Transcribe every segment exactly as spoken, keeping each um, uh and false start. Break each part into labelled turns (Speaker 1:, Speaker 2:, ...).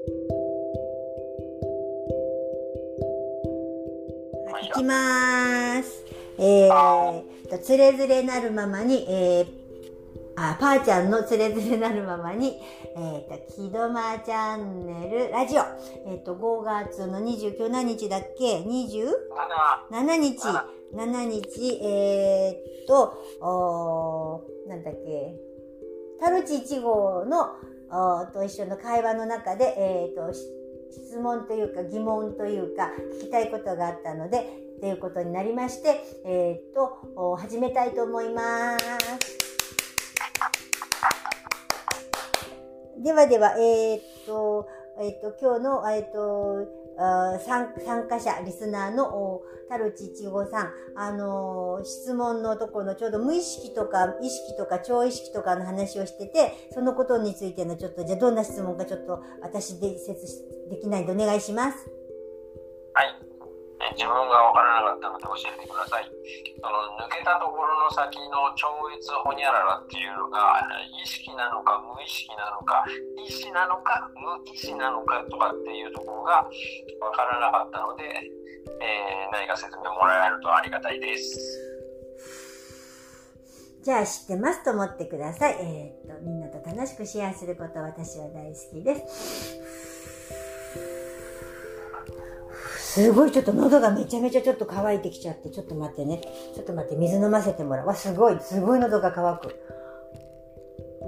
Speaker 1: いきまーす。えーと、つれづれなるままに、えー、あ、パーちゃんのつれづれなるままに、えーと、きどまチャンネルラジオ。えーと、ごがつのにじゅう、今日何日だっけ ?にじゅうなな 日。ななにち、えーと、おー、なんだっけ。タロチいち号の、おーと一緒の会話の中で、えーと、質問というか疑問というか聞きたいことがあったのでということになりまして、えー、っと始めたいと思います。ではでは、えー、っと、えー、っと今日の、えー、っと参, 参加者リスナーのタロチいち号さん、あのー、質問のところのちょうど無意識とか意識とか超意識とかの話をしてて、そのことについてのちょっとじゃあどんな質問かちょっと私で説できないのでお願いします。
Speaker 2: はい、え自分が分からなかったので教えてください。その抜けたところの先の超越ホニャララっていうのが意識なのか無意識なのか意志なのか無意志なのかとかっていうところが分からなかったので、えー、何か説明もらえるとありがたいです。
Speaker 1: じゃあ知ってますと思ってください。えー、っとみんなと楽しくシェアすることは私は大好きです。すごいちょっと喉がめちゃめちゃちょっと乾いてきちゃって、ちょっと待ってね。ちょっと待って、水飲ませてもらう。わ、すごい、すごい喉が乾く。うん。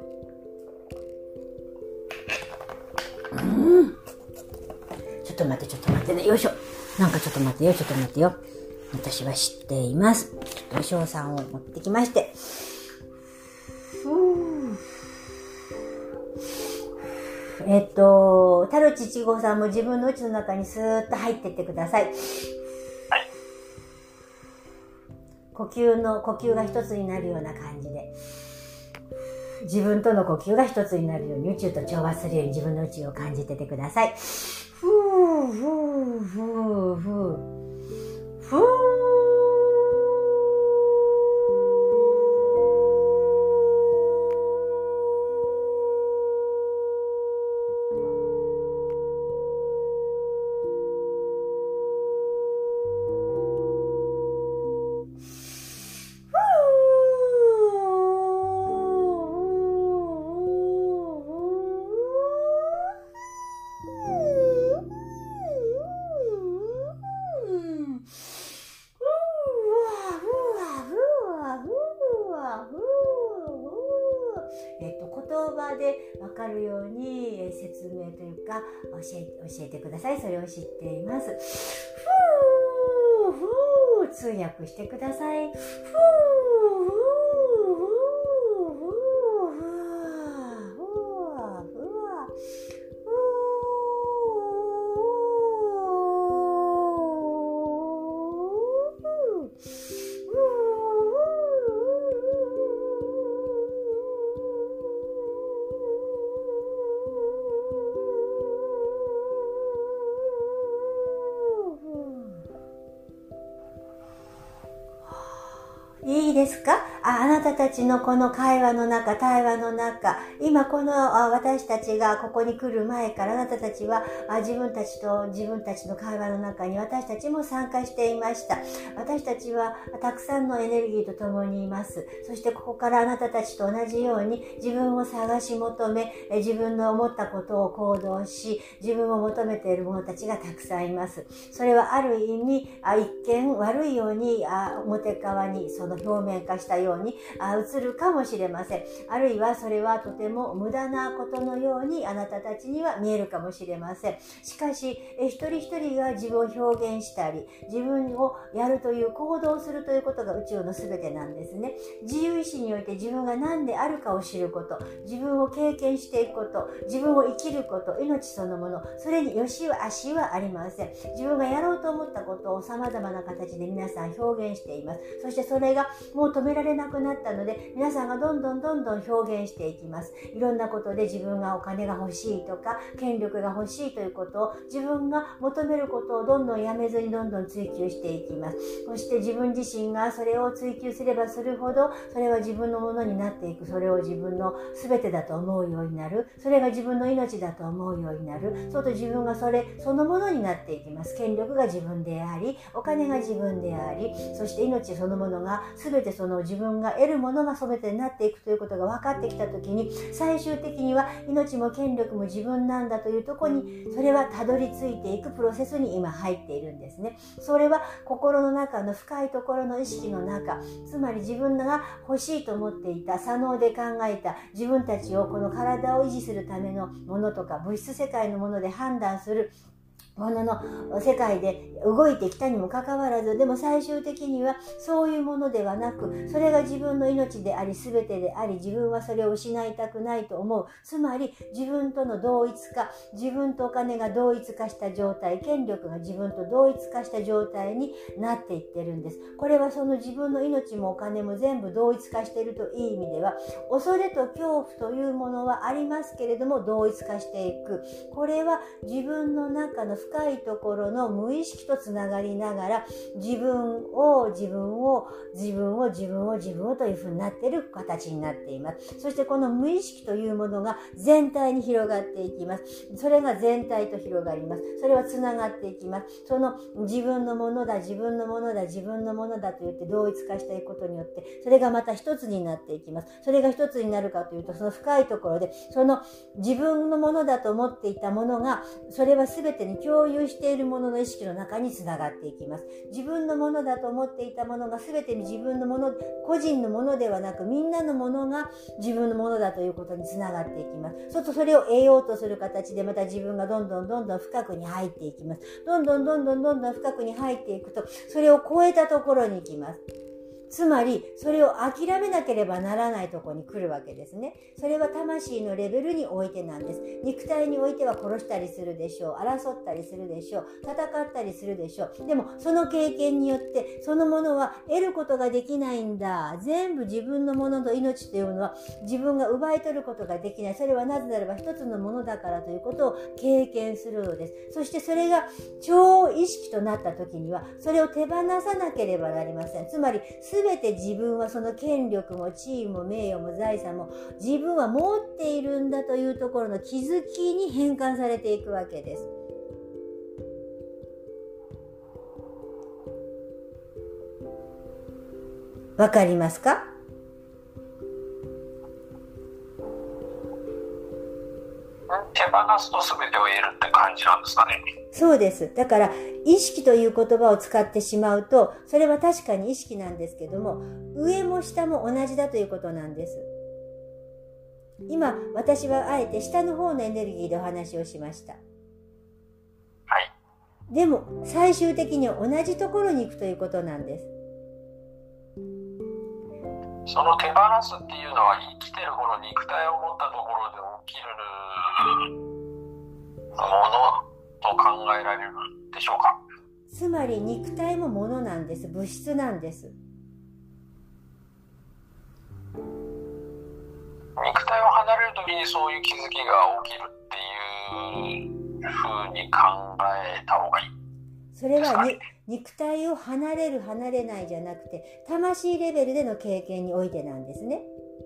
Speaker 1: うん。ちょっと待って、ちょっと待ってね。よいしょ。なんかちょっと待ってよ、ちょっと待ってよ。私は知っています。ちょっとお嬢さんを持ってきまして。ふぅ。えっと、タロチいち号さんも自分の内の中にスーッと入ってってください。はい。呼吸の、呼吸が一つになるような感じで。自分との呼吸が一つになるように、宇宙と調和するように自分の宇宙を感じててください。ふー、ふー、ふー、ふー。ふー。えっと、言葉で分かるように説明というか教え、教えてください。それを知っています。ふーふー通訳してください。ふーふーふーふーふーふーふーいいですか？あ、あなたたちのこの会話の中、対話の中、今この私たちがここに来る前からあなたたちは自分たちと自分たちの会話の中に私たちも参加していました。私たちはたくさんのエネルギーと共にいます。そしてここからあなたたちと同じように自分を探し求め、自分の思ったことを行動し、自分を求めている者たちがたくさんいます。それはある意味、一見悪いように表側にその表面化したように映るかもしれません。あるいはそれはとても無駄なことのようにあなたたちには見えるかもしれません。しかしえ一人一人が自分を表現したり自分をやるという行動をするということが宇宙の全てなんですね。自由意志において自分が何であるかを知ること、自分を経験していくこと、自分を生きること、命そのもの、それに良しは悪しはありません。自分がやろうと思ったことを様々な形で皆さん表現しています。そしてそれがもう止められなくなったので、皆さんがどんどんどんどん表現していきます。いろんなことで自分がお金が欲しいとか、権力が欲しいということを、自分が求めることをどんどんやめずにどんどん追求していきます。そして自分自身がそれを追求すればするほど、それは自分のものになっていく。それを自分の全てだと思うようになる。それが自分の命だと思うようになる。そうと自分がそれそのものになっていきます。権力が自分であり、お金が自分であり、そして命そのものが全てその自分が得るものが全てになっていくということが分かってきたときに、最終的には命も権力も自分なんだというところに、それはたどり着いていくプロセスに今入っているんですね。それは心の中の深いところの意識の中、つまり自分が欲しいと思っていた、左脳で考えた自分たちをこの体を維持するためのものとか、物質世界のもので判断するものの世界で動いてきたにもかかわらず、でも最終的にはそういうものではなく、それが自分の命であり全てであり、自分はそれを失いたくないと思う。つまり自分との同一化、自分とお金が同一化した状態、権力が自分と同一化した状態になっていってるんです。これはその自分の命もお金も全部同一化しているという意味では、恐れと恐怖というものはありますけれども同一化していく。これは自分の中の深いところの無意識とつながりながら、自分を自分を自分を自分を自分をというふうになっている形になっています。そしてこの無意識というものが全体に広がっていきます。それが全体と広がります。それはつながっていきます。その自分のものだ自分のものだ自分のものだと言って同一化していくことによって、それがまた一つになっていきます。それが一つになるかというと、その深いところでその自分のものだと思っていたものが、それは全てに共有しているものの意識の中につながっていきます。自分のものだと思っていたものが全てに自分のもの、個人のものではなくみんなのものが自分のものだということにつながっていきます。そうするとそれを得ようとする形でまた自分がどんどんどんどん深くに入っていきます。どんどんどんどんどんどん深くに入っていくと、それを超えたところに行きます。つまりそれを諦めなければならないところに来るわけですね。それは魂のレベルにおいてなんです。肉体においては殺したりするでしょう、争ったりするでしょう、戦ったりするでしょう。でもその経験によってそのものは得ることができないんだ。全部自分のものの命というのは自分が奪い取ることができない。それはなぜならば一つのものだからということを経験するのです。そしてそれが超意識となった時にはそれを手放さなければなりません。つまり全て自分はその権力も地位も名誉も財産も自分は持っているんだというところの気づきに変換されていくわけです。わかりますか？
Speaker 2: 手放すと全てを得るって感じなんですかね。
Speaker 1: そうです。だから意識という言葉を使ってしまうと、それは確かに意識なんですけども、上も下も同じだということなんです。今私はあえて下の方のエネルギーでお話をしました。
Speaker 2: はい。
Speaker 1: でも最終的には同じところに行くということなんです。
Speaker 2: その手放すっていうのは生きてるこの肉体を持ったところで起きるものと考えられるでしょうか。
Speaker 1: つまり肉体もものなんです。物質なんです。
Speaker 2: 肉体を離れるときにそういう気づきが起きるっていうふうに考えた方がいい。
Speaker 1: それはに肉体を離れる離れないじゃなくて、魂レベルでの経験においてなんですね。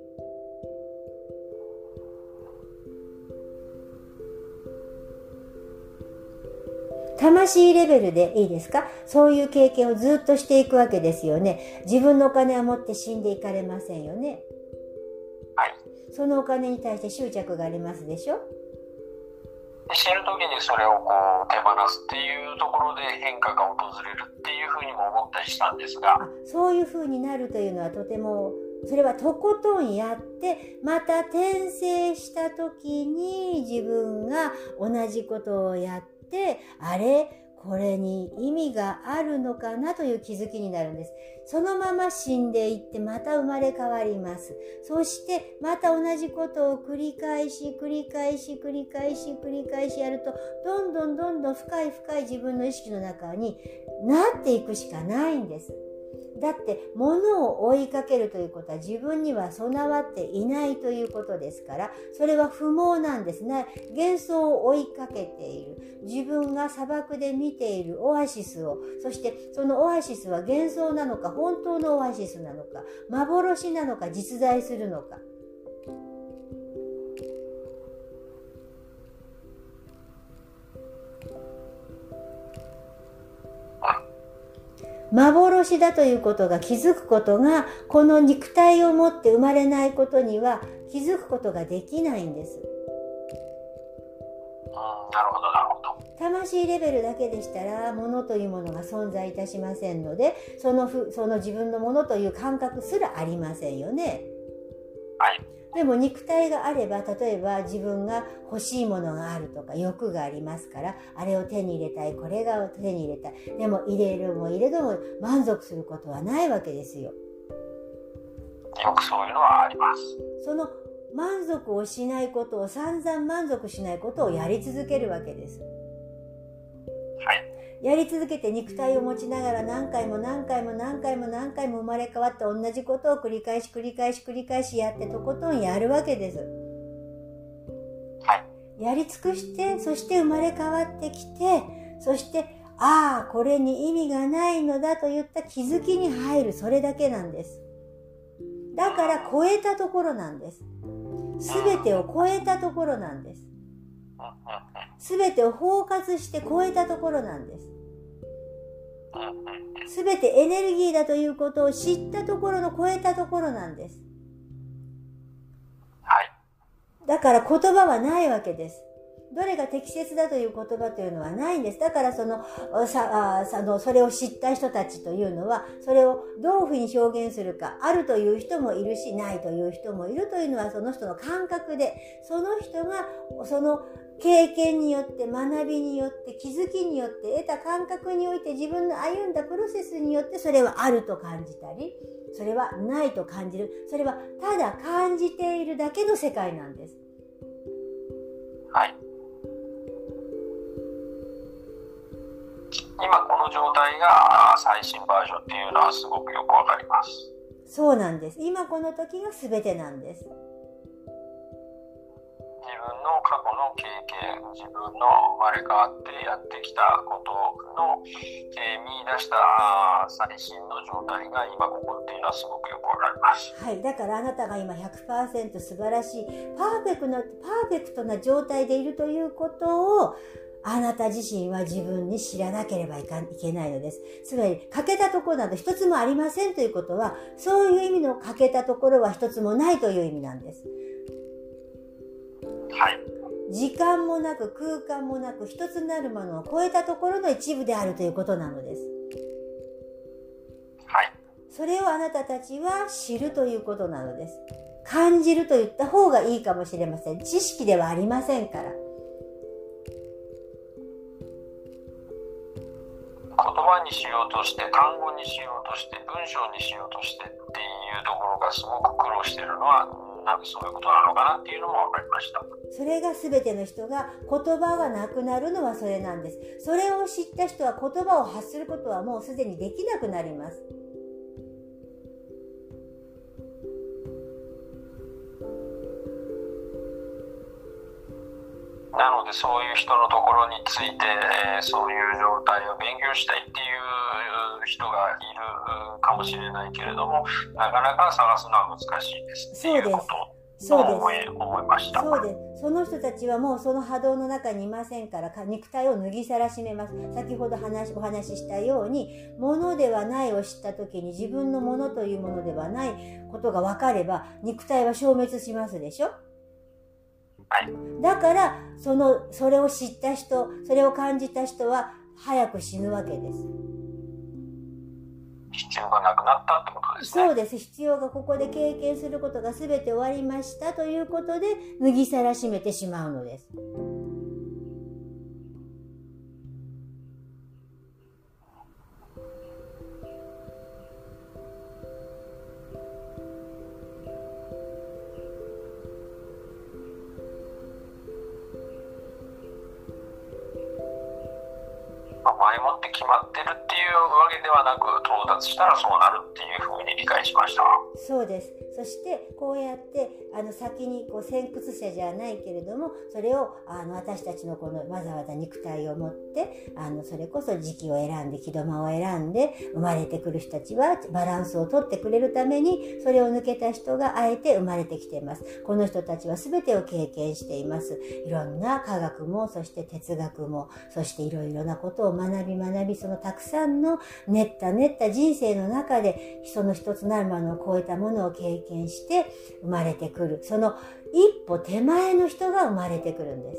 Speaker 1: 魂レベルでいいですか？そういう経験をずっとしていくわけですよね。自分のお金を持って死んでいかれませんよね。
Speaker 2: はい。
Speaker 1: そのお金に対して執着がありますでしょ。
Speaker 2: 死ぬ時にそれをこう手放すっていうところで変化が訪れるっていうふうにも思ったりしたんですが、
Speaker 1: あ、そういうふうになるというのはとても、それはとことんやってまた転生した時に自分が同じことをやって、あれこれに意味があるのかなという気づきになるんです。そのまま死んでいってまた生まれ変わります。そしてまた同じことを繰り返し繰り返し繰り返し繰り返しやると、どんどんどんどん深い深い自分の意識の中になっていくしかないんです。 だって物を追いかけるということは自分には備わっていないということですから、それは不毛なんですね。幻想を追いかけている、自分が砂漠で見ているオアシスを、そしてそのオアシスは幻想なのか本当のオアシスなのか、幻なのか実在するのか。幻だということが気づくことが、この肉体を持って生まれないことには気づくことができないんです。
Speaker 2: うん、なるほどなるほど。
Speaker 1: 魂レベルだけでしたら物というものが存在いたしませんので、そのふその自分のものという感覚すらありませんよね。
Speaker 2: はい。
Speaker 1: でも肉体があれば、例えば自分が欲しいものがあるとか欲がありますから、あれを手に入れたい、これが手に入れたい。でも入れるも入れども満足することはないわけですよ。
Speaker 2: よくそういうのはあります。
Speaker 1: その満足をしないことを、散々満足しないことをやり続けるわけです。
Speaker 2: はい。
Speaker 1: やり続けて肉体を持ちながら何回も何回も何回も何回も生まれ変わって同じことを繰り返し繰り返し繰り返しやってとことんやるわけです。
Speaker 2: はい。
Speaker 1: やり尽くして、そして生まれ変わってきて、そしてああこれに意味がないのだといった気づきに入る、それだけなんです。だから超えたところなんです。すべてを超えたところなんです。すべてを包括して超えたところなんです。すべてエネルギーだということを知ったところの超えたところなんです。
Speaker 2: はい。
Speaker 1: だから言葉はないわけです。どれが適切だという言葉というのはないんです。だからその、さあさのそれを知った人たちというのは、それをどういうふうに表現するか、あるという人もいるし、ないという人もいるというのはその人の感覚で、その人がその経験によって、学びによって、気づきによって得た感覚において、自分の歩んだプロセスによってそれはあると感じたり、それはないと感じる、それはただ感じているだけの世界なんです。
Speaker 2: はい。今この状態が最新バージョンっていうのはすごくよくわかります。
Speaker 1: そうなんです。今この時が全てなんです。
Speaker 2: 自分の過去の経験、自分の生まれ変わってやってきたことの、えー、見出した最新の状態が今ここっていうのはすごくよくわかります。
Speaker 1: はい、だからあなたが今 ひゃくパーセント 素晴らしいパーフェクトなパーフェクトな状態でいるということを、あなた自身は自分に知らなければいけないのです。つまり欠けたところなど一つもありませんということは、そういう意味の欠けたところは一つもないという意味なんです。
Speaker 2: はい。
Speaker 1: 時間もなく空間もなく一つなるものを超えたところの一部であるということなのです。
Speaker 2: はい。
Speaker 1: それをあなたたちは知るということなのです。感じると言った方がいいかもしれません。知識ではありませんから。
Speaker 2: 言葉にしようとして、単語にしようとして、文章にしようとしてっていうところがすごく苦労しているのは、なんでそういうことなのかなっていうのも分かりました。
Speaker 1: それが全ての人が、言葉がなくなるのはそれなんです。それを知った人は言葉を発することはもうすでにできなくなります。
Speaker 2: なのでそういう人のところについて、えー、そういう状態を勉強したいっていう人がいるかもしれないけれども、なかなか探すのは難しいですっていうことを思い、思いました。
Speaker 1: そうです。その人たちはもうその波動の中にいませんから、肉体を脱ぎ去らしめます。先ほど話お話ししたように、物ではないを知った時に自分のものというものではないことが分かれば、肉体は消滅しますでしょ。
Speaker 2: はい、
Speaker 1: だからそのそれを知った人、それを感じた人は早く死ぬわけです。
Speaker 2: 必要がなくなったってことですね。
Speaker 1: そうです。必要がここで経験することが全て終わりましたということで脱ぎ去らしめてしまうのです。
Speaker 2: まあ、前もって決まってるっていうわけではなく、到達したらそうなるっていうふうに理解しました。
Speaker 1: そうです。そしてこうやってあの先にこう先駆者じゃないけれども、それをあの私たちのこのわざわざ肉体を持ってあのそれこそ時期を選んで木戸間を選んで生まれてくる人たちはバランスを取ってくれるために、それを抜けた人があえて生まれてきています。この人たちは全てを経験しています。いろんな科学も、そして哲学も、そしていろいろなことを学び学び、そのたくさんの練った練った人生の中でその一つなるものを超えたものを経験して生まれてくる、その一歩手前の人が生まれてくるんです。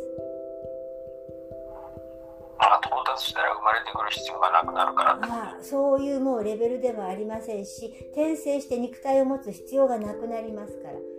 Speaker 2: まあ、到達したら生まれてくる必要がなくなるからって、
Speaker 1: ああ、そういうもうレベルではありませんし、転生して肉体を持つ必要がなくなりますから。